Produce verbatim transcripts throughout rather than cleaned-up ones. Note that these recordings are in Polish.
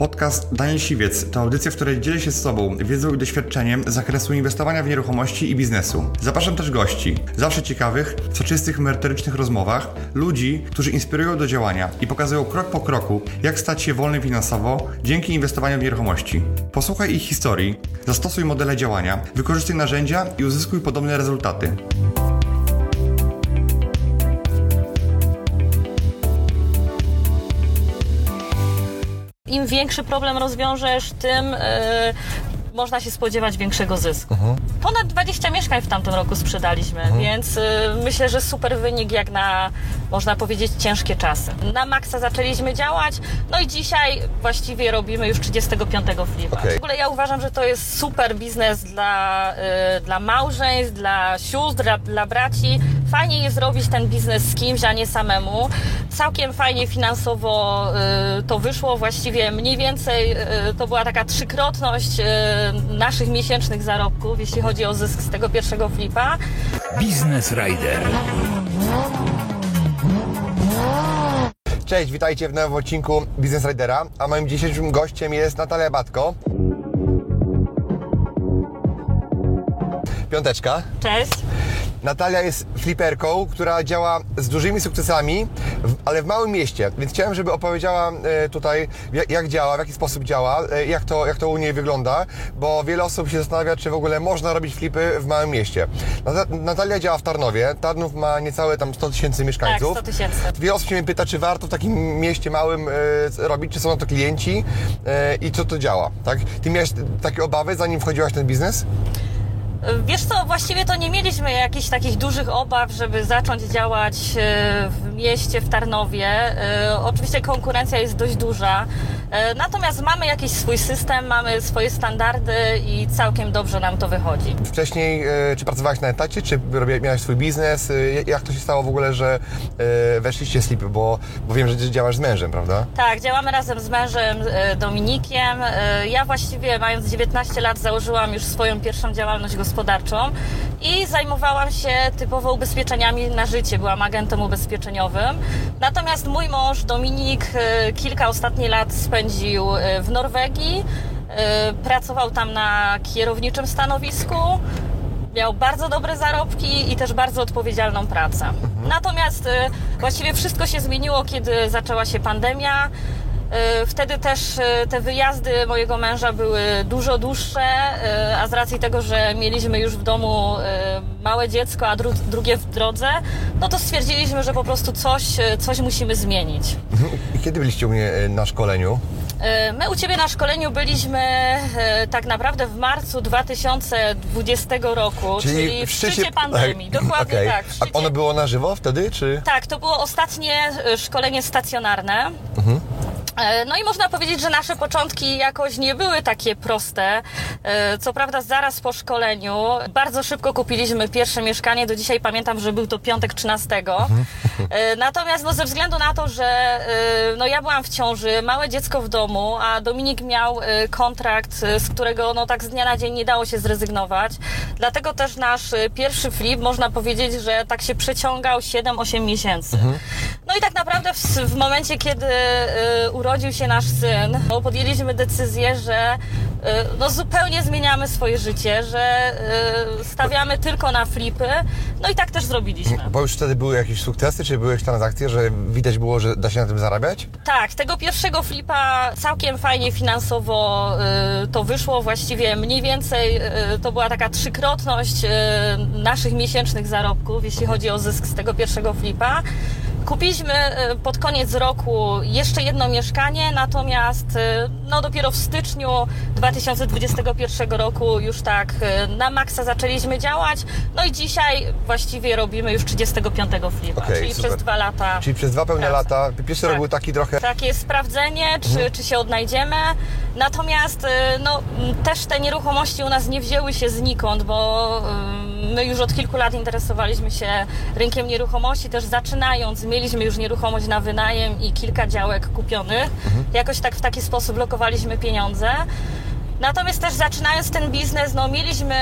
Podcast Daniel Siwiec to audycja, w której dzielę się z Tobą wiedzą i doświadczeniem z zakresu inwestowania w nieruchomości i biznesu. Zapraszam też gości, zawsze ciekawych, w soczystych, merytorycznych rozmowach, ludzi, którzy inspirują do działania i pokazują krok po kroku, jak stać się wolnym finansowo dzięki inwestowaniu w nieruchomości. Posłuchaj ich historii, zastosuj modele działania, wykorzystuj narzędzia i uzyskuj podobne rezultaty. Im większy problem rozwiążesz, tym yy, można się spodziewać większego zysku. Uh-huh. Ponad dwadzieścia mieszkań w tamtym roku sprzedaliśmy, uh-huh. więc yy, myślę, że super wynik jak na, można powiedzieć, ciężkie czasy. Na maksa zaczęliśmy działać, no i dzisiaj właściwie robimy już trzydziestego piątego flipa. Okay. W ogóle ja uważam, że to jest super biznes dla, yy, dla małżeństw, dla sióstr, dla, dla braci. Fajnie jest robić ten biznes z kimś, a nie samemu. Całkiem fajnie finansowo y, to wyszło, właściwie mniej więcej y, to była taka trzykrotność y, naszych miesięcznych zarobków, jeśli chodzi o zysk z tego pierwszego flipa. Business Rider. Cześć, witajcie w nowym odcinku Business Ridera, a moim dzisiejszym gościem jest Natalia Batko. Piąteczka. Cześć. Natalia jest fliperką, która działa z dużymi sukcesami, ale w małym mieście, więc chciałem, żeby opowiedziała tutaj, jak działa, w jaki sposób działa, jak to, jak to u niej wygląda, bo wiele osób się zastanawia, czy w ogóle można robić flipy w małym mieście. Natalia działa w Tarnowie. Tarnów ma niecałe tam sto tysięcy mieszkańców. Tak, sto tysięcy. Wiele osób się mnie pyta, czy warto w takim mieście małym robić, czy są na to klienci i co to działa, tak? Ty miałeś takie obawy, zanim wchodziłaś w ten biznes? Wiesz co, właściwie to nie mieliśmy jakichś takich dużych obaw, żeby zacząć działać w mieście, w Tarnowie. Oczywiście konkurencja jest dość duża, natomiast mamy jakiś swój system, mamy swoje standardy i całkiem dobrze nam to wychodzi. Wcześniej, czy pracowałaś na etacie, czy miałaś swój biznes? Jak to się stało w ogóle, że weszliście z flipy, bo, bo wiem, że działasz z mężem, prawda? Tak, działamy razem z mężem Dominikiem. Ja właściwie mając dziewiętnaście lat założyłam już swoją pierwszą działalność gospodarczą. gospodarczą i zajmowałam się typowo ubezpieczeniami na życie. Byłam agentem ubezpieczeniowym. Natomiast mój mąż Dominik kilka ostatnich lat spędził w Norwegii. Pracował tam na kierowniczym stanowisku. Miał bardzo dobre zarobki i też bardzo odpowiedzialną pracę. Mhm. Natomiast właściwie wszystko się zmieniło, kiedy zaczęła się pandemia. Wtedy też te wyjazdy mojego męża były dużo dłuższe, a z racji tego, że mieliśmy już w domu małe dziecko, a dru- drugie w drodze, no to stwierdziliśmy, że po prostu coś, coś musimy zmienić. I kiedy byliście u mnie na szkoleniu? My u Ciebie na szkoleniu byliśmy tak naprawdę w marcu dwa tysiące dwudziestego roku, czyli, czyli w szczycie, szczycie pandemii. Dokładnie okay. tak. A ono było na żywo wtedy, czy? Tak, to było ostatnie szkolenie stacjonarne. Mhm. No i można powiedzieć, że nasze początki jakoś nie były takie proste. Co prawda zaraz po szkoleniu bardzo szybko kupiliśmy pierwsze mieszkanie. Do dzisiaj pamiętam, że był to piątek trzynastego. Natomiast no, ze względu na to, że no, ja byłam w ciąży, małe dziecko w domu, a Dominik miał kontrakt, z którego no, tak z dnia na dzień nie dało się zrezygnować. Dlatego też nasz pierwszy flip, można powiedzieć, że tak się przeciągał siedem osiem miesięcy. Mhm. No i tak naprawdę w, w momencie, kiedy urodził się nasz syn, no, podjęliśmy decyzję, że no, zupełnie zmieniamy swoje życie, że stawiamy tylko na flipy. No i tak też zrobiliśmy. Bo już wtedy były jakieś sukcesy, czy były jakieś transakcje, że widać było, że da się na tym zarabiać? Tak, tego pierwszego flipa całkiem fajnie finansowo to wyszło. Właściwie mniej więcej to była taka trzykrotność naszych miesięcznych zarobków, jeśli chodzi o zysk z tego pierwszego flipa. Kupiliśmy pod koniec roku jeszcze jedno mieszkanie, natomiast no dopiero w styczniu dwa tysiące dwudziestego pierwszego roku już tak na maksa zaczęliśmy działać. No i dzisiaj właściwie robimy już trzydziestego piątego flipa, okay, czyli super. Przez dwa lata. Czyli przez dwa pełne pracy. lata. Pierwszy tak. rok był taki trochę... Takie sprawdzenie, czy, mhm. czy się odnajdziemy. Natomiast no, też te nieruchomości u nas nie wzięły się znikąd, bo my już od kilku lat interesowaliśmy się rynkiem nieruchomości, też zaczynając mieliśmy już nieruchomość na wynajem i kilka działek kupionych. Mhm. Jakoś tak w taki sposób blokowaliśmy pieniądze. Natomiast też zaczynając ten biznes, no mieliśmy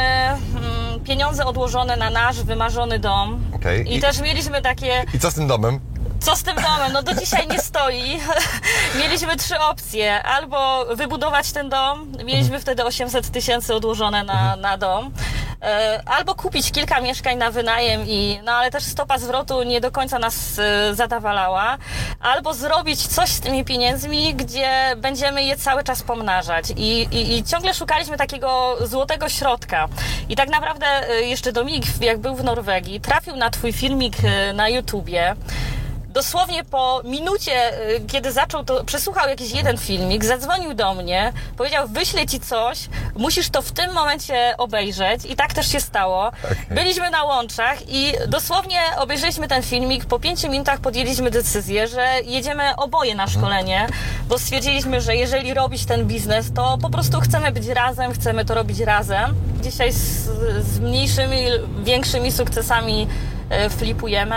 mm, pieniądze odłożone na nasz wymarzony dom. Okay. I, I też mieliśmy takie... I co z tym domem? Co z tym domem? No do dzisiaj nie stoi. Mieliśmy trzy opcje. Albo wybudować ten dom, mieliśmy wtedy osiemset tysięcy odłożone na, na dom, albo kupić kilka mieszkań na wynajem, i, no ale też stopa zwrotu nie do końca nas zadawalała, albo zrobić coś z tymi pieniędzmi, gdzie będziemy je cały czas pomnażać. I, i, i ciągle szukaliśmy takiego złotego środka. I tak naprawdę jeszcze Dominik, jak był w Norwegii, trafił na twój filmik na YouTubie. Dosłownie po minucie, kiedy zaczął to, przesłuchał jakiś jeden filmik, zadzwonił do mnie, powiedział: wyślę ci coś, musisz to w tym momencie obejrzeć, i tak też się stało. Okay. Byliśmy na łączach i dosłownie obejrzeliśmy ten filmik, po pięciu minutach podjęliśmy decyzję, że jedziemy oboje na szkolenie, bo stwierdziliśmy, że jeżeli robić ten biznes, to po prostu chcemy być razem, chcemy to robić razem. Dzisiaj z, z mniejszymi, większymi sukcesami flipujemy.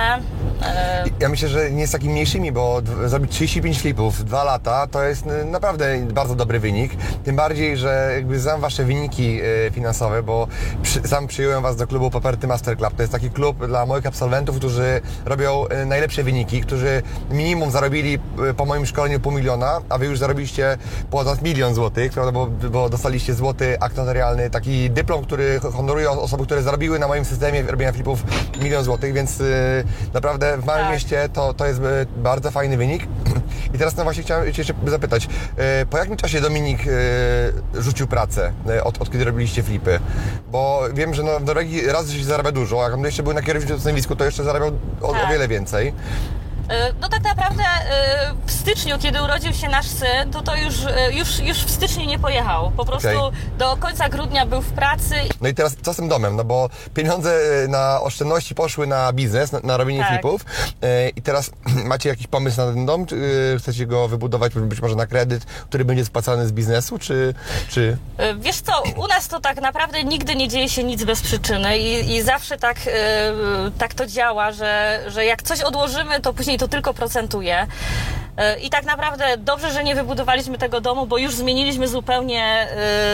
Ja myślę, że nie z takimi mniejszymi, bo zrobić trzydzieści pięć flipów w dwa lata to jest naprawdę bardzo dobry wynik. Tym bardziej, że jakby znam wasze wyniki finansowe, bo przy, sam przyjąłem was do klubu Property Master Club. To jest taki klub dla moich absolwentów, którzy robią najlepsze wyniki, którzy minimum zarobili po moim szkoleniu pół miliona, a wy już zarobiliście ponad milion złotych, prawda? Bo, bo dostaliście złoty akt notarialny, taki dyplom, który honoruje osoby, które zarobiły na moim systemie robienia flipów milion złotych, więc yy, naprawdę w małym tak. mieście to, to jest bardzo fajny wynik. I teraz no właśnie chciałem Cię jeszcze zapytać, po jakim czasie Dominik rzucił pracę, od, od kiedy robiliście flipy? Bo wiem, że no, w Norwegii raz się zarabia dużo, a jak on jeszcze był na kierowniczym stanowisku, to jeszcze zarabiał o, tak. o wiele więcej. No tak naprawdę w styczniu, kiedy urodził się nasz syn, to to już, już, już w styczniu nie pojechał. Po prostu okay. do końca grudnia był w pracy. No i teraz co z tym domem? No bo pieniądze na oszczędności poszły na biznes, na, na robienie tak. flipów. I teraz macie jakiś pomysł na ten dom? Czy chcecie go wybudować być może na kredyt, który będzie spłacany z biznesu? Czy, czy... Wiesz co, u nas to tak naprawdę nigdy nie dzieje się nic bez przyczyny i, i zawsze tak, tak to działa, że, że jak coś odłożymy, to później to tylko procentuje. I tak naprawdę dobrze, że nie wybudowaliśmy tego domu, bo już zmieniliśmy zupełnie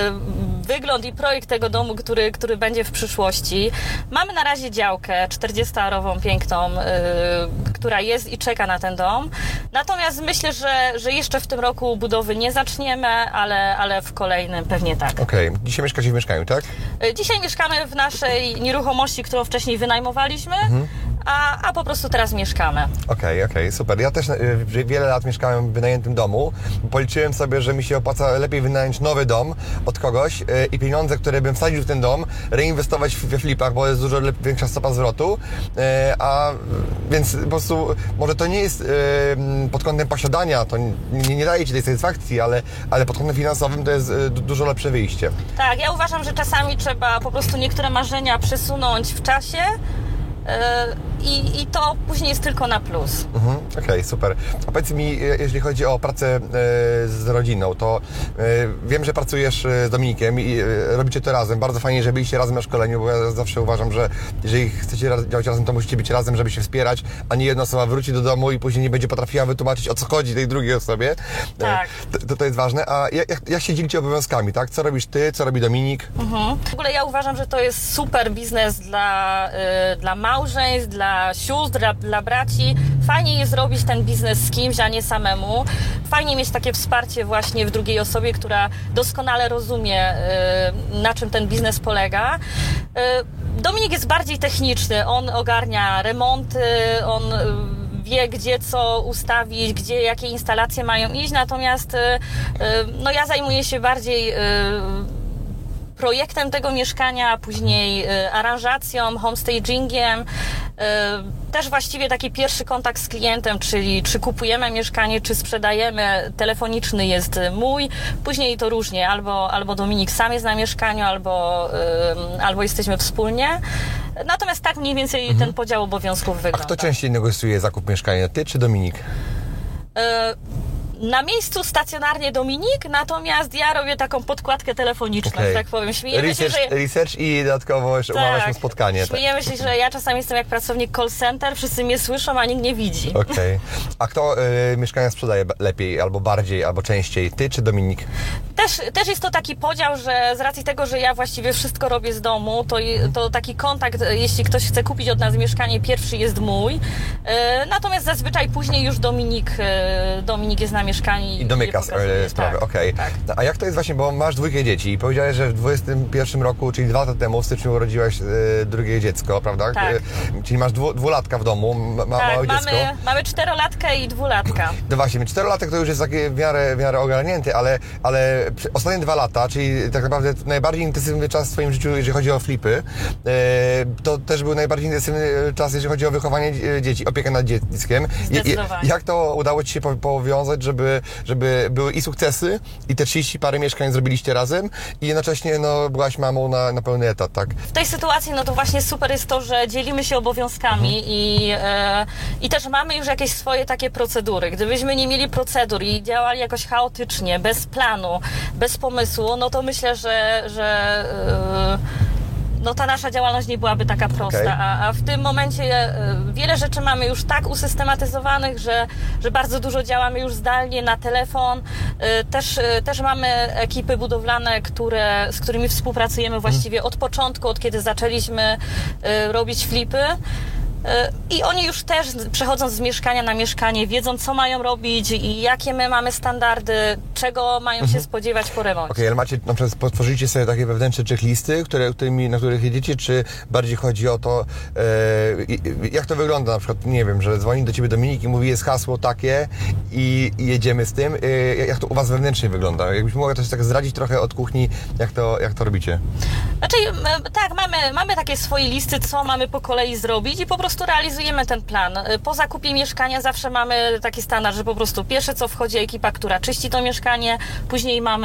wygląd i projekt tego domu, który, który będzie w przyszłości. Mamy na razie działkę czterdziestoarową, piękną, która jest i czeka na ten dom. Natomiast myślę, że, że jeszcze w tym roku budowy nie zaczniemy, ale, ale w kolejnym pewnie tak. Okej. Okay. Dzisiaj mieszkacie w mieszkaniu, tak? Dzisiaj mieszkamy w naszej nieruchomości, którą wcześniej wynajmowaliśmy. Mhm. A, a po prostu teraz mieszkamy. Okej, okay, okej, okay, super. Ja też y, wiele lat mieszkałem w wynajętym domu. Policzyłem sobie, że mi się opłaca lepiej wynająć nowy dom od kogoś y, i pieniądze, które bym wsadził w ten dom, reinwestować we flipach, bo jest dużo lep- większa stopa zwrotu. Y, a więc po prostu może to nie jest y, pod kątem posiadania, to nie, nie daje ci tej satysfakcji, ale, ale pod kątem finansowym to jest y, dużo lepsze wyjście. Tak, ja uważam, że czasami trzeba po prostu niektóre marzenia przesunąć w czasie. I, I to później jest tylko na plus. Mhm, Okej, okay, super. A powiedz mi, jeśli chodzi o pracę z rodziną, to wiem, że pracujesz z Dominikiem i robicie to razem. Bardzo fajnie, że byliście razem na szkoleniu, bo ja zawsze uważam, że jeżeli chcecie działać razem, to musicie być razem, żeby się wspierać, a nie jedna osoba wróci do domu i później nie będzie potrafiła wytłumaczyć, o co chodzi tej drugiej osobie. Tak. To, to jest ważne. A jak, jak się dzielicie obowiązkami, tak? Co robisz ty, co robi Dominik? Mhm. W ogóle ja uważam, że to jest super biznes dla, yy, dla małżeństw, dla sióstr, dla, dla braci. Fajnie jest robić ten biznes z kimś, a nie samemu. Fajnie mieć takie wsparcie właśnie w drugiej osobie, która doskonale rozumie, yy, na czym ten biznes polega. Yy, Dominik jest bardziej techniczny. On ogarnia remonty, on yy, wie, gdzie co ustawić, gdzie jakie instalacje mają iść, natomiast yy, yy, no ja zajmuję się bardziej yy, projektem tego mieszkania, później y, aranżacją, homestagingiem. Y, też właściwie taki pierwszy kontakt z klientem, czyli czy kupujemy mieszkanie, czy sprzedajemy, telefoniczny jest mój. Później to różnie, albo, albo Dominik sam jest na mieszkaniu, albo, y, albo jesteśmy wspólnie. Natomiast tak mniej więcej mhm. ten podział obowiązków wygląda. A kto częściej negocjuje zakup mieszkania, ty czy Dominik? Y, na miejscu stacjonarnie Dominik, natomiast ja robię taką podkładkę telefoniczną, Okay. że tak powiem. Śmiejemy research, się, że... research i dodatkowo jeszcze tak, umawialiśmy spotkanie. Śmiejemy się, że ja czasami jestem jak pracownik call center, wszyscy mnie słyszą, a nikt nie widzi. Okej. Okay. A kto y, mieszkania sprzedaje lepiej, albo bardziej, albo częściej? Ty czy Dominik? Też, też jest to taki podział, że z racji tego, że ja właściwie wszystko robię z domu, to, to taki kontakt, jeśli ktoś chce kupić od nas mieszkanie, pierwszy jest mój. Y, natomiast zazwyczaj później już Dominik, y, Dominik jest na mieszkaniu I domyka sprawę, tak, okej. Okay. Tak. A jak to jest właśnie, bo masz dwójkę dzieci i powiedziałeś, że w dwudziestym pierwszym roku, czyli dwa lata temu, w styczniu urodziłaś y, drugie dziecko, prawda? Tak. Y, czyli masz dwu, dwulatka w domu, ma, tak, małe mamy, dziecko. mamy czterolatkę i dwulatka. No właśnie, czterolatek to już jest taki w miarę, w miarę ogarnięty, ale, ale ostatnie dwa lata, czyli tak naprawdę najbardziej intensywny czas w Twoim życiu, jeżeli chodzi o flipy, y, to też był najbardziej intensywny czas, jeżeli chodzi o wychowanie dzieci, opiekę nad dzieckiem. Zdecydowanie. Jak to udało Ci się powiązać, żeby, żeby były i sukcesy, i te trzydzieści parę mieszkań zrobiliście razem i jednocześnie no, byłaś mamą na, na pełny etat, tak? W tej sytuacji no to właśnie super jest to, że dzielimy się obowiązkami mhm. i, e, i też mamy już jakieś swoje takie procedury. Gdybyśmy nie mieli procedur i działali jakoś chaotycznie, bez planu, bez pomysłu, no to myślę, że, że e, no ta nasza działalność nie byłaby taka prosta, okay. a, a w tym momencie wiele rzeczy mamy już tak usystematyzowanych, że, że bardzo dużo działamy już zdalnie na telefon. Też, też mamy ekipy budowlane, które, z którymi współpracujemy właściwie od początku, od kiedy zaczęliśmy robić flipy. I oni już też przechodząc z mieszkania na mieszkanie wiedzą, co mają robić i jakie my mamy standardy, czego mają się spodziewać po remoncie. Okej, okay, ale macie, na przykład stworzyliście sobie takie wewnętrzne checklisty, które, którymi, na których jedziecie, czy bardziej chodzi o to, e, jak to wygląda, na przykład, nie wiem, że dzwoni do Ciebie Dominik i mówi, jest hasło takie i, i jedziemy z tym. E, jak to u Was wewnętrznie wygląda? Jakbyś mogła też tak zdradzić trochę od kuchni, jak to, jak to robicie? Znaczy, tak, mamy, mamy takie swoje listy, co mamy po kolei zrobić i po prostu Po prostu realizujemy ten plan. Po zakupie mieszkania zawsze mamy taki standard, że po prostu pierwsze co wchodzi ekipa, która czyści to mieszkanie, później mamy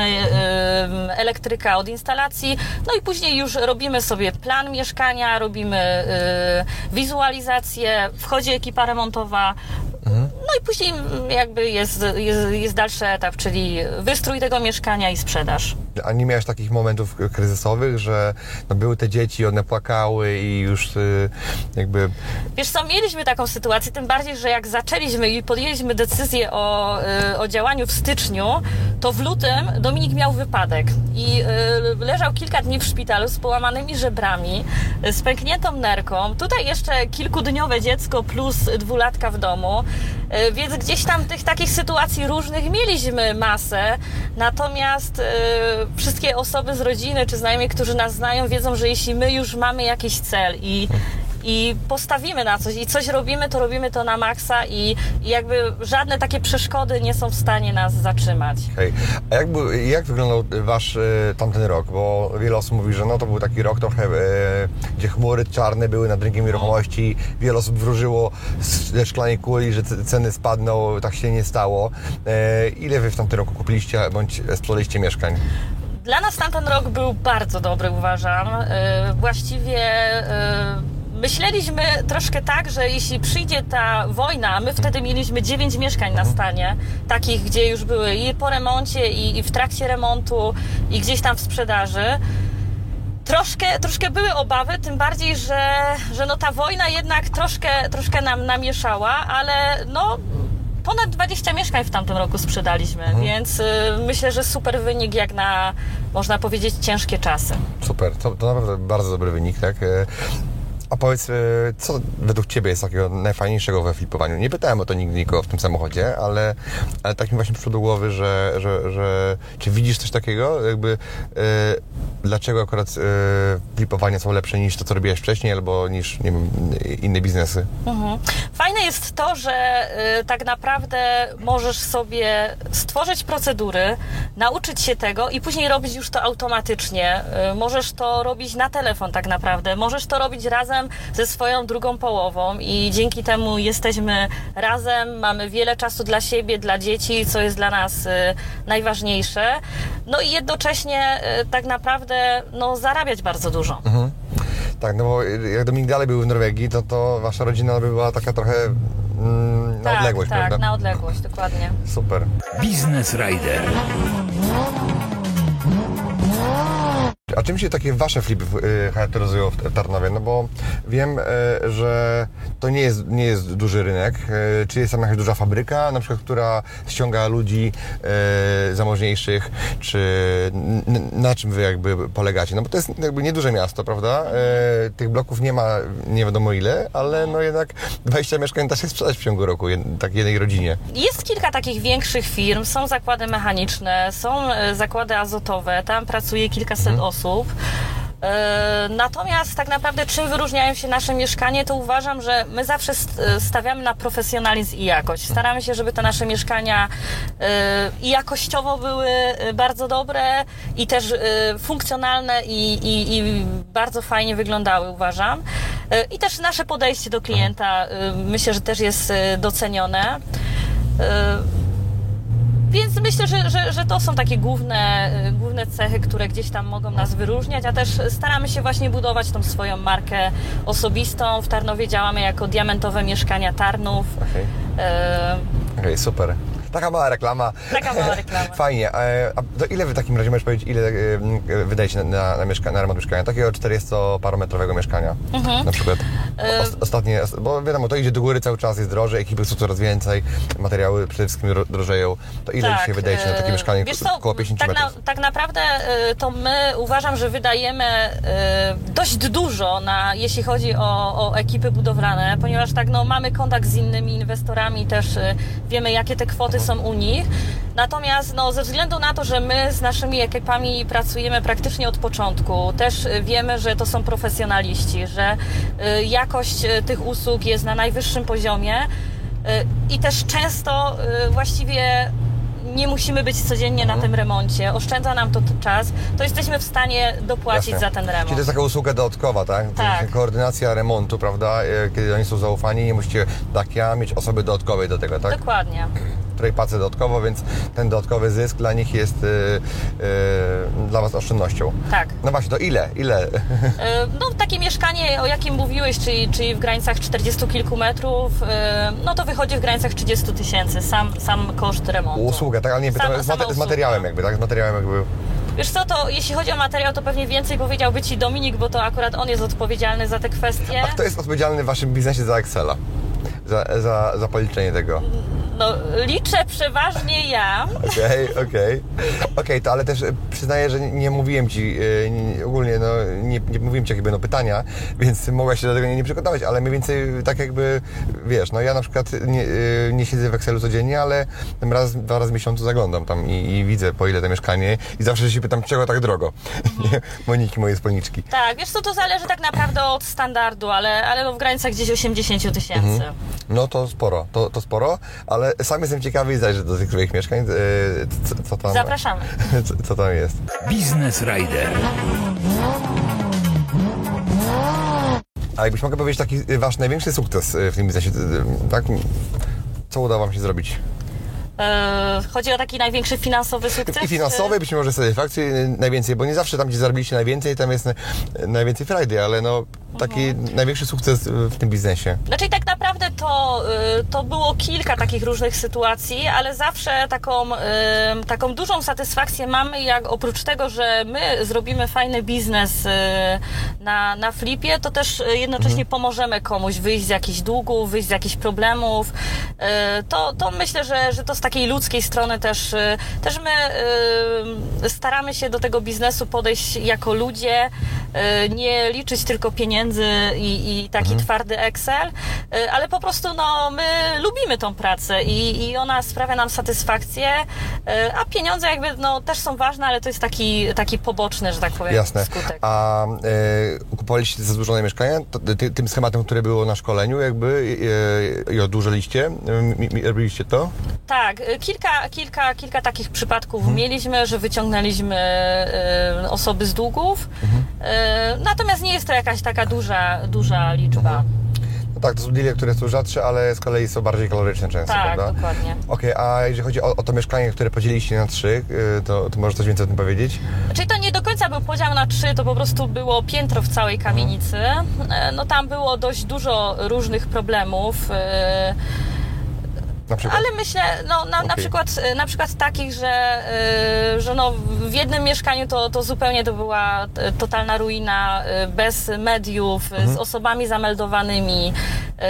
y, elektryka od instalacji, no i później już robimy sobie plan mieszkania, robimy y, wizualizację, wchodzi ekipa remontowa, no i później jakby jest, jest, jest dalszy etap, czyli wystrój tego mieszkania i sprzedaż. A nie miałeś takich momentów kryzysowych, że no były te dzieci, one płakały i już y, jakby... Wiesz co, mieliśmy taką sytuację, tym bardziej, że jak zaczęliśmy i podjęliśmy decyzję o, y, o działaniu w styczniu, to w lutym Dominik miał wypadek i y, leżał kilka dni w szpitalu z połamanymi żebrami, z pękniętą nerką, tutaj jeszcze kilkudniowe dziecko plus dwulatka w domu. Więc gdzieś tam tych takich sytuacji różnych mieliśmy masę, natomiast y, wszystkie osoby z rodziny czy znajomi, którzy nas znają, wiedzą, że jeśli my już mamy jakiś cel i, i postawimy na coś i coś robimy, to robimy to na maksa i, i jakby żadne takie przeszkody nie są w stanie nas zatrzymać. Okay. A jak, był, jak wyglądał Wasz y, tamten rok? Bo wiele osób mówi, że no to był taki rok trochę, y, gdzie chmury czarne były nad rynkiem nieruchomości, wiele osób wróżyło ze szklanej kuli, że ceny spadną, tak się nie stało. Y, ile Wy w tamtym roku kupiliście bądź sprzedaliście mieszkań? Dla nas tamten rok był bardzo dobry, uważam. Y, właściwie... Y, Myśleliśmy troszkę tak, że jeśli przyjdzie ta wojna, my wtedy mieliśmy dziewięć mieszkań na stanie, takich, gdzie już były i po remoncie, i, i w trakcie remontu, i gdzieś tam w sprzedaży. Troszkę, troszkę były obawy, tym bardziej, że, że no ta wojna jednak troszkę, troszkę nam namieszała, ale no... Ponad dwadzieścia mieszkań w tamtym roku sprzedaliśmy, mhm. więc y, myślę, że super wynik jak na, można powiedzieć, ciężkie czasy. Super, to, to naprawdę bardzo dobry wynik, tak? A powiedz, co według Ciebie jest takiego najfajniejszego we flipowaniu? Nie pytałem o to nigdy nikogo w tym samochodzie, ale, ale tak mi właśnie przyszło do głowy, że, że, że czy widzisz coś takiego? Jakby e, dlaczego akurat e, flipowania są lepsze niż to, co robiłeś wcześniej, albo niż, nie wiem, inne biznesy? Mhm. Fajne jest to, że e, tak naprawdę możesz sobie stworzyć procedury, nauczyć się tego i później robić już to automatycznie. E, możesz to robić na telefon tak naprawdę, możesz to robić razem ze swoją drugą połową i dzięki temu jesteśmy razem, mamy wiele czasu dla siebie, dla dzieci, co jest dla nas y, najważniejsze. No i jednocześnie y, tak naprawdę no, zarabiać bardzo dużo. Mhm. Tak, no bo jak Dominik dalej był w Norwegii, to, to wasza rodzina by była taka trochę mm, na tak, odległość, tak, prawda? na odległość, dokładnie. Super. Biznes Rider. A czym się takie wasze flipy y, charakteryzują w Tarnowie? No bo wiem, y, że to nie jest, nie jest duży rynek. Y, czy jest tam jakaś duża fabryka, na przykład, która ściąga ludzi y, zamożniejszych, czy n, na czym wy jakby polegacie? No bo to jest jakby nieduże miasto, prawda? Y, tych bloków nie ma nie wiadomo ile, ale no jednak dwadzieścia mieszkań da się sprzedać w ciągu roku, jed, tak jednej rodzinie. Jest kilka takich większych firm, są zakłady mechaniczne, są e, zakłady azotowe, tam pracuje kilkaset Mhm. osób. E, Natomiast tak naprawdę czym wyróżniają się nasze mieszkania, to uważam, że my zawsze st- stawiamy na profesjonalizm i jakość. Staramy się, żeby te nasze mieszkania e, i jakościowo były e, bardzo dobre i też e, funkcjonalne i, i, i bardzo fajnie wyglądały, uważam. E, I też nasze podejście do klienta e, myślę, że też jest e, docenione. E, Więc myślę, że, że, że to są takie główne, główne cechy, które gdzieś tam mogą nas wyróżniać, a też staramy się właśnie budować tą swoją markę osobistą. W Tarnowie działamy jako Diamentowe Mieszkania Tarnów. Okej, E, okay, super. Taka mała reklama. Taka mała reklama. Fajnie. E, A to ile w takim razie możesz powiedzieć, ile e, wydajecie na, na, na, mieszka- na remont mieszkania? Takiego czterdziestoparometrowego mieszkania na przykład. O, ostatnie, bo wiadomo, to idzie do góry cały czas, jest drożej, ekipy są coraz więcej, materiały przede wszystkim ro- drożeją. To ile Tak, dzisiaj wydajecie na takie e, mieszkanie? wiesz co, Około pięćdziesiąt tak, na, metrów. tak naprawdę e, to my uważam, że wydajemy e, dość dużo, na, jeśli chodzi o, o ekipy budowlane, ponieważ tak no, mamy kontakt z innymi inwestorami, też e, wiemy, jakie te kwoty są u nich. Natomiast no, ze względu na to, że my z naszymi ekipami pracujemy praktycznie od początku, też e, wiemy, że to są profesjonaliści, że e, jakość e, tych usług jest na najwyższym poziomie e, i też często e, właściwie nie musimy być codziennie na tym remoncie, oszczędza nam to t- czas, to jesteśmy w stanie dopłacić Jasne. za ten remont. Czyli to jest taka usługa dodatkowa, tak? To Tak. jest koordynacja remontu, prawda? E, Kiedy oni są zaufani, nie musicie, tak ja, mieć osoby dodatkowej do tego, tak? Dokładnie. Której płacę dodatkowo, więc ten dodatkowy zysk dla nich jest y, y, dla was oszczędnością. Tak. No właśnie, to ile? Ile? E, No takie mieszkanie, o jakim mówiłeś, czyli, czyli w granicach czterdziestu kilku metrów, e, no to wychodzi w granicach trzydziestu tysięcy, sam, sam koszt remontu. Usługa, tak? Ale nie, Sama- to z, sama mate- z usługa. materiałem jakby, tak? Z materiałem jakby... Wiesz co, to jeśli chodzi o materiał, to pewnie więcej powiedziałby Ci Dominik, bo to akurat on jest odpowiedzialny za te kwestie. A kto jest odpowiedzialny w waszym biznesie za Excela? Za, za, za policzenie tego. No, liczę przeważnie ja. Okej, okej. Okej, to ale też e, przyznaję, że nie, nie mówiłem ci, e, nie, ogólnie no, nie, nie mówiłem ci jakby no pytania, więc mogłaś się do tego nie, nie przygotować, ale mniej więcej tak jakby, wiesz, no ja na przykład nie, e, nie siedzę w Excelu codziennie, ale tam raz, dwa razy w miesiącu zaglądam tam i, i widzę po ile to mieszkanie i zawsze się pytam, czego tak drogo. Nie? Moniki, moje spolniczki. Tak, wiesz co, to zależy tak naprawdę od standardu, ale, ale no w granicach gdzieś osiemdziesiąt tysięcy. No to sporo, to, to sporo, ale sam jestem ciekawy i zajrzę do tych swoich mieszkań, e, co, co tam... Zapraszamy. Co, co tam jest. Biznes Rider. A jakbyś mogła powiedzieć taki wasz największy sukces w tym biznesie, tak? Co udało wam się zrobić? E, chodzi o taki największy finansowy sukces? I finansowy, być może satysfakcji najwięcej, bo nie zawsze tam, gdzie zarobiliście najwięcej, tam jest najwięcej frajdy, ale no taki mhm. największy sukces w tym biznesie. Znaczy tak naprawdę to, y, to było kilka takich różnych sytuacji, ale zawsze taką, y, taką dużą satysfakcję mamy, jak oprócz tego, że my zrobimy fajny biznes y, na, na flipie, to też jednocześnie mhm. pomożemy komuś wyjść z jakichś długów, wyjść z jakichś problemów. Y, to, to myślę, że, że to z takiej ludzkiej strony też, y, też my y, staramy się do tego biznesu podejść jako ludzie, y, nie liczyć tylko pieniędzy i, i taki mhm. twardy Excel, ale po prostu no, my lubimy tą pracę i, i ona sprawia nam satysfakcję, a pieniądze jakby no, też są ważne, ale to jest taki, taki poboczny, że tak powiem, Jasne. skutek. A e, kupowaliście zadłużone mieszkania to, ty, tym schematem, który było na szkoleniu jakby e, i odłużyliście? E, robiliście to? Tak, kilka, kilka, kilka takich przypadków mhm. mieliśmy, że wyciągnęliśmy e, osoby z długów, mhm. e, natomiast nie jest to jakaś taka duża, duża liczba. Mhm. No tak, to są deale, które są rzadsze, ale z kolei są bardziej kaloryczne często, tak, prawda? Tak, dokładnie. Okej, okay, a jeżeli chodzi o, o to mieszkanie, które podzieliliście na trzy, to, to może coś więcej o tym powiedzieć? Czyli to nie do końca był podział na trzy, to po prostu było piętro w całej kamienicy. No tam było dość dużo różnych problemów. na przykład? Ale myślę, no na, Okay. na, przykład, na przykład takich, że, yy, że no w jednym mieszkaniu to, to zupełnie to była totalna ruina, yy, bez mediów, mhm. z osobami zameldowanymi, yy,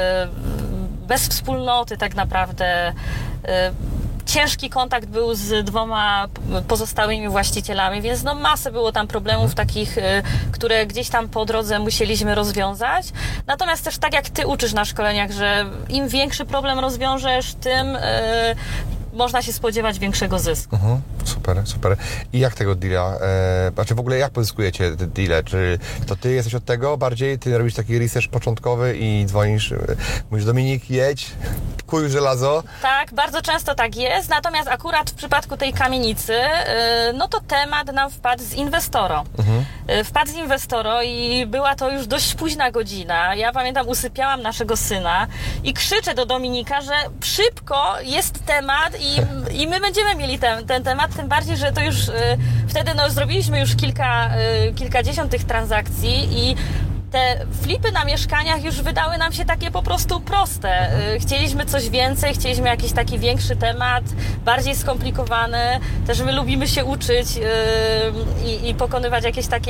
bez wspólnoty tak naprawdę. Yy, Ciężki kontakt był z dwoma pozostałymi właścicielami, więc no masę było tam problemów takich, które gdzieś tam po drodze musieliśmy rozwiązać. Natomiast też tak jak ty uczysz na szkoleniach, że im większy problem rozwiążesz, tym yy, można się spodziewać większego zysku. Mhm, super, super. I jak tego deala, e, znaczy w ogóle jak pozyskujecie te deale? Czy to ty jesteś od tego bardziej? Ty robisz taki research początkowy i dzwonisz, mówisz Dominik, jedź, kuj żelazo? Tak, bardzo często tak jest, natomiast akurat w przypadku tej kamienicy, yy, no to temat nam wpadł z inwestoro. Mhm. Yy, wpadł z inwestoro i była to już dość późna godzina. Ja pamiętam, usypiałam naszego syna i krzyczę do Dominika, że szybko jest temat i, i my będziemy mieli ten, ten temat, tym bardziej, że to już yy, wtedy no, zrobiliśmy już kilka, yy, kilkadziesiąt tych transakcji i te flipy na mieszkaniach już wydały nam się takie po prostu proste. Chcieliśmy coś więcej, chcieliśmy jakiś taki większy temat, bardziej skomplikowany. Też my lubimy się uczyć yy, i, i pokonywać jakieś takie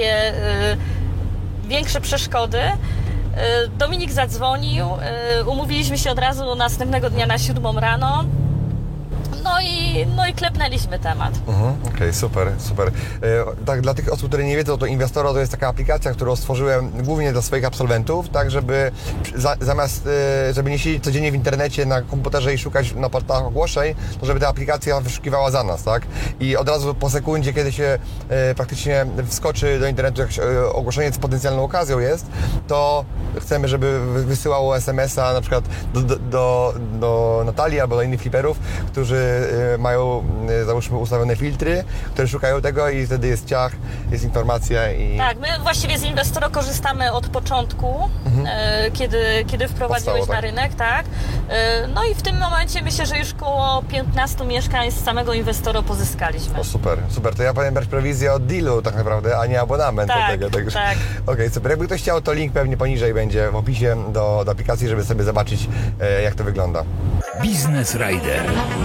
yy, większe przeszkody. Yy, Dominik zadzwonił, yy, umówiliśmy się od razu następnego dnia na siódmą rano. No i, no i klepnęliśmy temat. Mhm, Okej, okay, super, super. E, tak, dla tych osób, które nie wiedzą, to Inwestoro to jest taka aplikacja, którą stworzyłem głównie dla swoich absolwentów, tak żeby za, zamiast, e, żeby nie siedzieć codziennie w internecie na komputerze i szukać na portalach ogłoszeń, to żeby ta aplikacja wyszukiwała za nas, tak? I od razu po sekundzie, kiedy się e, praktycznie wskoczy do internetu, jakieś e, ogłoszenie z potencjalną okazją jest, to chcemy, żeby wysyłało es em es a na przykład do, do, do, do Natalii albo do innych fliperów, którzy mają, załóżmy, ustawione filtry, które szukają tego i wtedy jest ciach, jest informacja i... Tak, my właściwie z Inwestoro korzystamy od początku, mhm. e, kiedy, kiedy wprowadziłeś Powstało, na tak? rynek, tak. E, no i w tym momencie myślę, że już około piętnastu mieszkań z samego Inwestoro pozyskaliśmy. O, super, super. To ja powinien brać prowizję od dealu tak naprawdę, a nie abonament tak, do tego. Także... tak. Okej, okay, super. Jakby ktoś chciał, to link pewnie poniżej będzie w opisie do, do aplikacji, żeby sobie zobaczyć, e, jak to wygląda. Business Rider.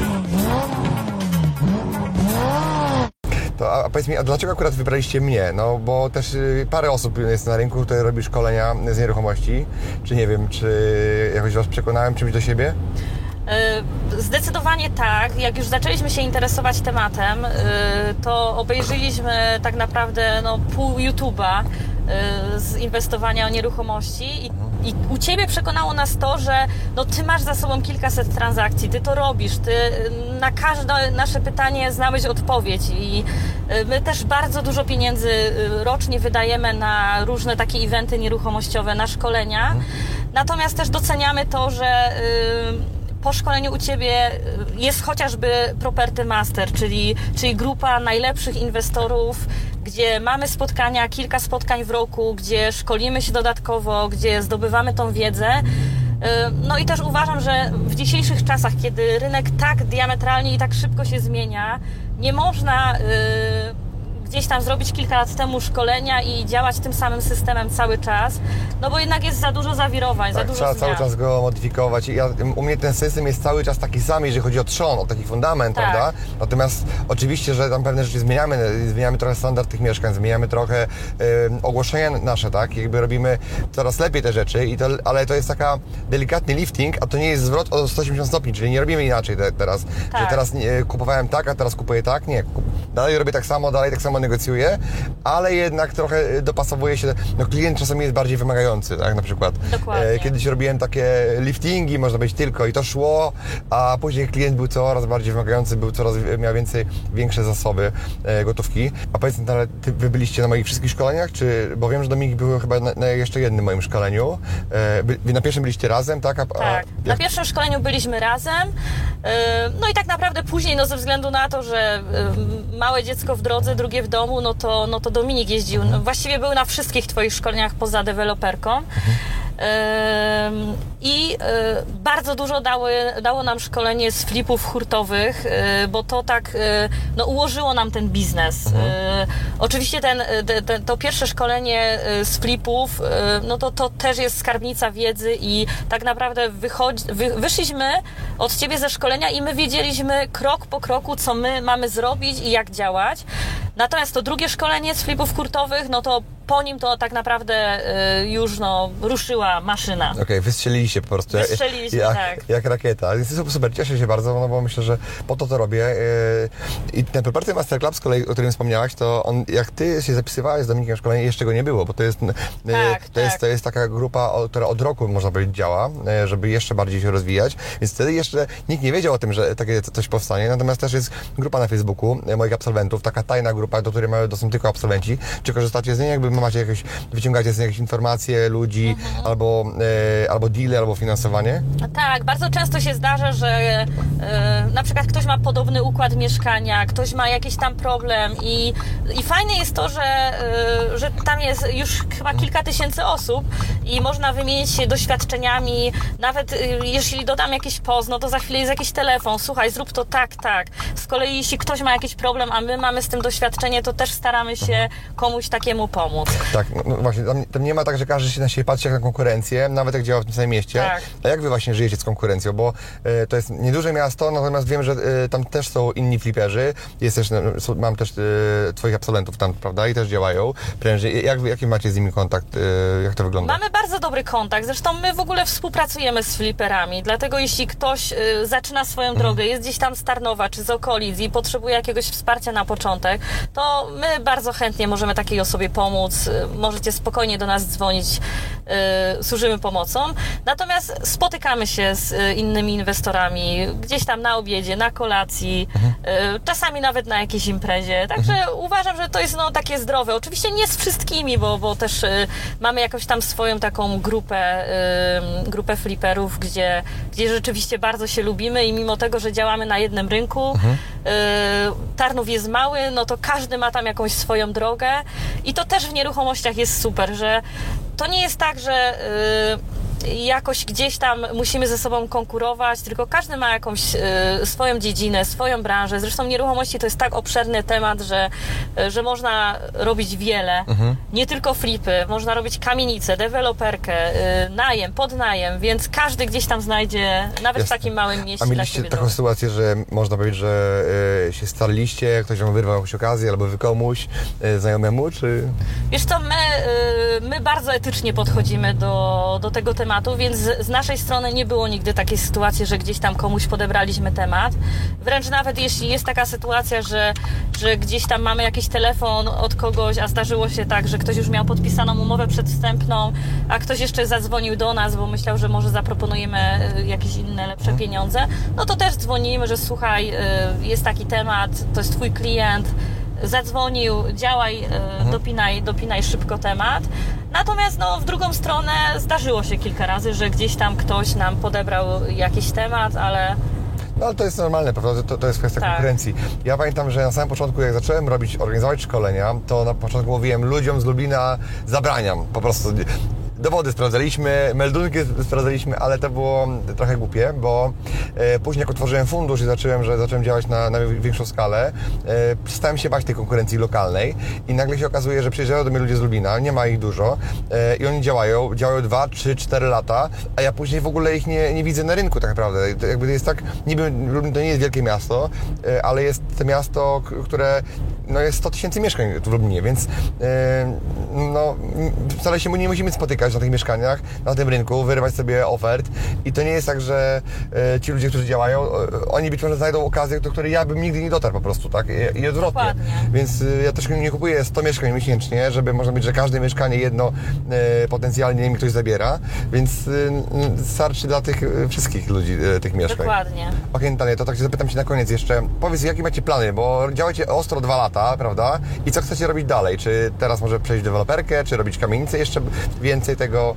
To, a powiedz mi, a dlaczego akurat wybraliście mnie? No, bo też y, parę osób jest na rynku, które robi szkolenia z nieruchomości. Czy nie wiem, czy jakoś was przekonałem czymś do siebie? Zdecydowanie tak. Jak już zaczęliśmy się interesować tematem, to obejrzeliśmy tak naprawdę no, pół YouTube'a z inwestowania o nieruchomości i, i u Ciebie przekonało nas to, że no, Ty masz za sobą kilkaset transakcji, Ty to robisz, Ty na każde nasze pytanie znałeś odpowiedź i my też bardzo dużo pieniędzy rocznie wydajemy na różne takie eventy nieruchomościowe, na szkolenia, natomiast też doceniamy to, że po szkoleniu u Ciebie jest chociażby Property Master, czyli, czyli grupa najlepszych inwestorów, gdzie mamy spotkania, kilka spotkań w roku, gdzie szkolimy się dodatkowo, gdzie zdobywamy tą wiedzę. No i też uważam, że w dzisiejszych czasach, kiedy rynek tak diametralnie i tak szybko się zmienia, nie można gdzieś tam zrobić kilka lat temu szkolenia i działać tym samym systemem cały czas, no bo jednak jest za dużo zawirowań, tak, za dużo trzeba zmian. cały czas go modyfikować. Ja, u mnie ten system jest cały czas taki sam, jeżeli chodzi o trzon, o taki fundament, tak. prawda? Natomiast oczywiście, że tam pewne rzeczy zmieniamy, zmieniamy trochę standard tych mieszkań, zmieniamy trochę y, ogłoszenia nasze, tak? Jakby robimy coraz lepiej te rzeczy, i to, ale to jest taka delikatny lifting, a to nie jest zwrot o sto osiemdziesiąt stopni, czyli nie robimy inaczej te, teraz, tak. że teraz nie, kupowałem tak, a teraz kupuję tak, nie. Dalej robię tak samo, dalej tak samo negocjuję, ale jednak trochę dopasowuje się, no klient czasami jest bardziej wymagający, tak, na przykład. Dokładnie. E, kiedyś robiłem takie liftingi, można być tylko i to szło, a później klient był coraz bardziej wymagający, był coraz, miał więcej, większe zasoby e, gotówki. A powiedz mi, ale ty, wy byliście na moich wszystkich szkoleniach, czy, bo wiem, że Dominik był chyba na, na jeszcze jednym moim szkoleniu. E, by, wy na pierwszym byliście razem, tak? A, tak, a, na pierwszym szkoleniu byliśmy razem, no i tak naprawdę później, no ze względu na to, że małe dziecko w drodze, drugie w domu, no to, no to Dominik jeździł, no, właściwie był na wszystkich Twoich szkoleniach poza deweloperką. Mhm. I bardzo dużo dały, dało nam szkolenie z flipów hurtowych, bo to tak no, ułożyło nam ten biznes. Mhm. Oczywiście ten, ten, to pierwsze szkolenie z flipów, no to, to też jest skarbnica wiedzy i tak naprawdę wychodzi, wy, wyszliśmy od ciebie ze szkolenia i my wiedzieliśmy krok po kroku, co my mamy zrobić i jak działać. Natomiast to drugie szkolenie z flipów hurtowych, no to po nim to tak naprawdę y, już no, ruszyła maszyna. Okej, okay, wystrzeliliście po prostu. Wystrzeliliśmy, jak, tak. Jak rakieta. Więc super, super, cieszę się bardzo, no bo myślę, że po to to robię. Yy, I ten Preparty Master Club, z kolei, o którym wspomniałaś, to on, jak ty się zapisywałeś z Dominikiem szkolenie, jeszcze go nie było, bo to jest, yy, tak, to, tak. jest to jest taka grupa, która od roku, można powiedzieć, działa, yy, żeby jeszcze bardziej się rozwijać, więc wtedy jeszcze nikt nie wiedział o tym, że takie coś powstanie, natomiast też jest grupa na Facebooku yy, moich absolwentów, taka tajna grupa, do której mają dostęp tylko absolwenci. Czy korzystacie z niej? Jakby macie jakieś, wyciągacie z niej jakieś informacje ludzi, mhm. albo, e, albo deale, albo finansowanie? Tak, bardzo często się zdarza, że e, na przykład ktoś ma podobny układ mieszkania, ktoś ma jakiś tam problem i, i fajne jest to, że, e, że tam jest już chyba kilka tysięcy osób i można wymienić się doświadczeniami, nawet e, jeśli dodam jakiś post, no to za chwilę jest jakiś telefon, słuchaj, zrób to tak, tak. Z kolei jeśli ktoś ma jakiś problem, a my mamy z tym doświadczenie, to też staramy się mhm. komuś takiemu pomóc. Tak, no właśnie, tam, tam nie ma tak, że każdy się na siebie patrzy jak na konkurencję, nawet jak działa w tym samym mieście. Tak. A jak wy właśnie żyjecie z konkurencją? Bo e, to jest nieduże miasto, natomiast wiem, że e, tam też są inni fliperzy. Jest też, no, są, mam też e, twoich absolwentów tam, prawda? I też działają prężnie. Jak, jaki macie z nimi kontakt? E, jak to wygląda? Mamy bardzo dobry kontakt. Zresztą my w ogóle współpracujemy z fliperami. Dlatego jeśli ktoś e, zaczyna swoją mhm. drogę, jest gdzieś tam z Tarnowa czy z okolic i potrzebuje jakiegoś wsparcia na początek, to my bardzo chętnie możemy takiej osobie pomóc. Możecie spokojnie do nas dzwonić, yy, służymy pomocą. Natomiast spotykamy się z yy, innymi inwestorami gdzieś tam na obiedzie, na kolacji, mhm. yy, czasami nawet na jakiejś imprezie. Także mhm. uważam, że to jest no, takie zdrowe. Oczywiście nie z wszystkimi, bo, bo też yy, mamy jakąś tam swoją taką grupę, yy, grupę fliperów, gdzie, gdzie rzeczywiście bardzo się lubimy i mimo tego, że działamy na jednym rynku, mhm. yy, Tarnów jest mały, no to każdy ma tam jakąś swoją drogę i to też w nieruchomościach jest super, że to nie jest tak, że yy, jakoś gdzieś tam musimy ze sobą konkurować, tylko każdy ma jakąś yy, swoją dziedzinę, swoją branżę. Zresztą nieruchomości to jest tak obszerny temat, że, yy, że można robić wiele. Mhm. Nie tylko flipy, można robić kamienicę, deweloperkę, yy, najem, podnajem, więc każdy gdzieś tam znajdzie, nawet Jasne. w takim małym mieście. A mieliście taką drogę. sytuację, że można powiedzieć, że yy, się starliście, ktoś wam wyrwał jakąś okazję, albo wy komuś, yy, znajomemu, czy... Wiesz co, my, yy, my bardzo etycznie podchodzimy do, do tego tematu, więc z, z naszej strony nie było nigdy takiej sytuacji, że gdzieś tam komuś podebraliśmy temat. Wręcz nawet jeśli jest taka sytuacja, że, że gdzieś tam mamy jakiś telefon od kogoś, a zdarzyło się tak, że ktoś już miał podpisaną umowę przedwstępną, a ktoś jeszcze zadzwonił do nas, bo myślał, że może zaproponujemy jakieś inne, lepsze pieniądze, no to też dzwonimy, że słuchaj, jest taki temat, to jest twój klient, zadzwonił, działaj, mhm. dopinaj, dopinaj szybko temat. Natomiast no, w drugą stronę zdarzyło się kilka razy, że gdzieś tam ktoś nam podebrał jakiś temat, ale... No ale to jest normalne, prawda? To, to jest kwestia tak. konkurencji. Ja pamiętam, że na samym początku, jak zacząłem robić, organizować szkolenia, to na początku mówiłem ludziom z Lublina, zabraniam po prostu. Dowody sprawdzaliśmy, meldunki sprawdzaliśmy, ale to było trochę głupie, bo e, później jak otworzyłem fundusz i zacząłem, że zacząłem działać na, na większą skalę, e, przestałem się bać tej konkurencji lokalnej i nagle się okazuje, że przyjeżdżają do mnie ludzie z Lublina, nie ma ich dużo e, i oni działają, działają dwa, trzy, cztery lata, a ja później w ogóle ich nie, nie widzę na rynku tak naprawdę. To jakby jest tak, niby Lublin to nie jest wielkie miasto, e, ale jest to miasto, które no, jest sto tysięcy mieszkań w Lublinie, więc e, no, wcale się nie musimy spotykać na tych mieszkaniach, na tym rynku, wyrywać sobie ofert i to nie jest tak, że e, ci ludzie, którzy działają, e, oni być może znajdą okazję, do której ja bym nigdy nie dotarł po prostu, tak? I, i odwrotnie. Dokładnie. Więc e, ja też nie kupuję sto mieszkań miesięcznie, żeby można być, że każde mieszkanie jedno e, potencjalnie mi ktoś zabiera, więc e, starczy dla tych e, wszystkich ludzi e, tych mieszkań. Dokładnie. Okej, okay, Natalia, to tak się zapytam Cię na koniec jeszcze. Powiedz, jakie macie plany, bo działacie ostro dwa lata, prawda? I co chcecie robić dalej? Czy teraz może przejść deweloperkę, czy robić kamienicę jeszcze więcej tego?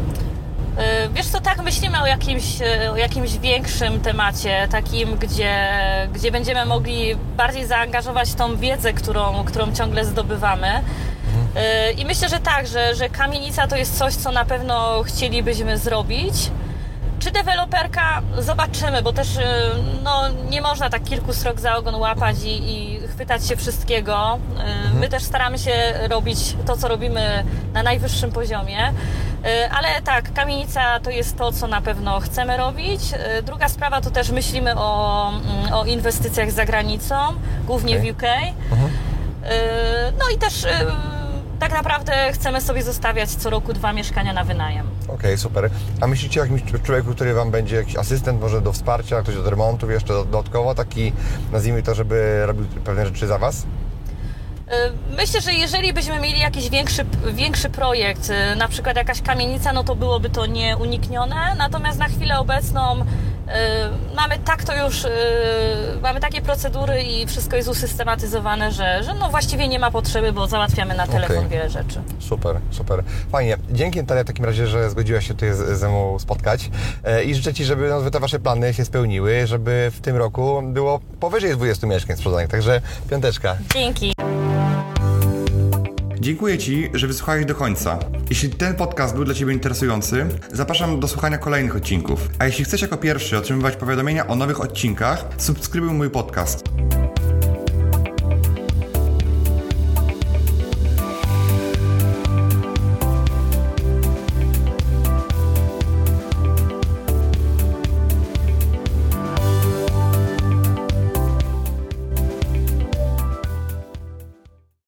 Wiesz co, tak myślimy o jakimś, o jakimś większym temacie, takim, gdzie, gdzie będziemy mogli bardziej zaangażować tą wiedzę, którą, którą ciągle zdobywamy. I myślę, że tak, że, że kamienica to jest coś, co na pewno chcielibyśmy zrobić. Czy deweloperka? Zobaczymy, bo też no, nie można tak kilku srok za ogon łapać i, i chwytać się wszystkiego. Mhm. My też staramy się robić to, co robimy na najwyższym poziomie. Ale tak, kamienica to jest to, co na pewno chcemy robić. Druga sprawa to też myślimy o, o inwestycjach za granicą, głównie okay. w U K. Mhm. No i też tak naprawdę chcemy sobie zostawiać co roku dwa mieszkania na wynajem. Okej, okay, super. A myślicie o jakimś człowieku, który Wam będzie jakiś asystent, może do wsparcia, ktoś od remontów jeszcze dodatkowo, taki, nazwijmy to, żeby robił pewne rzeczy za Was? Myślę, że jeżeli byśmy mieli jakiś większy, większy projekt, na przykład jakaś kamienica, no to byłoby to nieuniknione, natomiast na chwilę obecną y, mamy tak to już, y, mamy takie procedury i wszystko jest usystematyzowane, że, że no właściwie nie ma potrzeby, bo załatwiamy na telefon okay. wiele rzeczy. Super, super. Fajnie. Dzięki, Natalia, w takim razie, że zgodziłaś się tutaj ze mną spotkać i życzę Ci, żeby no, te Wasze plany się spełniły, żeby w tym roku było powyżej dwudziestu mieszkań sprzedanych, także piąteczka. Dzięki. Dziękuję Ci, że wysłuchałeś do końca. Jeśli ten podcast był dla Ciebie interesujący, zapraszam do słuchania kolejnych odcinków. A jeśli chcesz jako pierwszy otrzymywać powiadomienia o nowych odcinkach, subskrybuj mój podcast.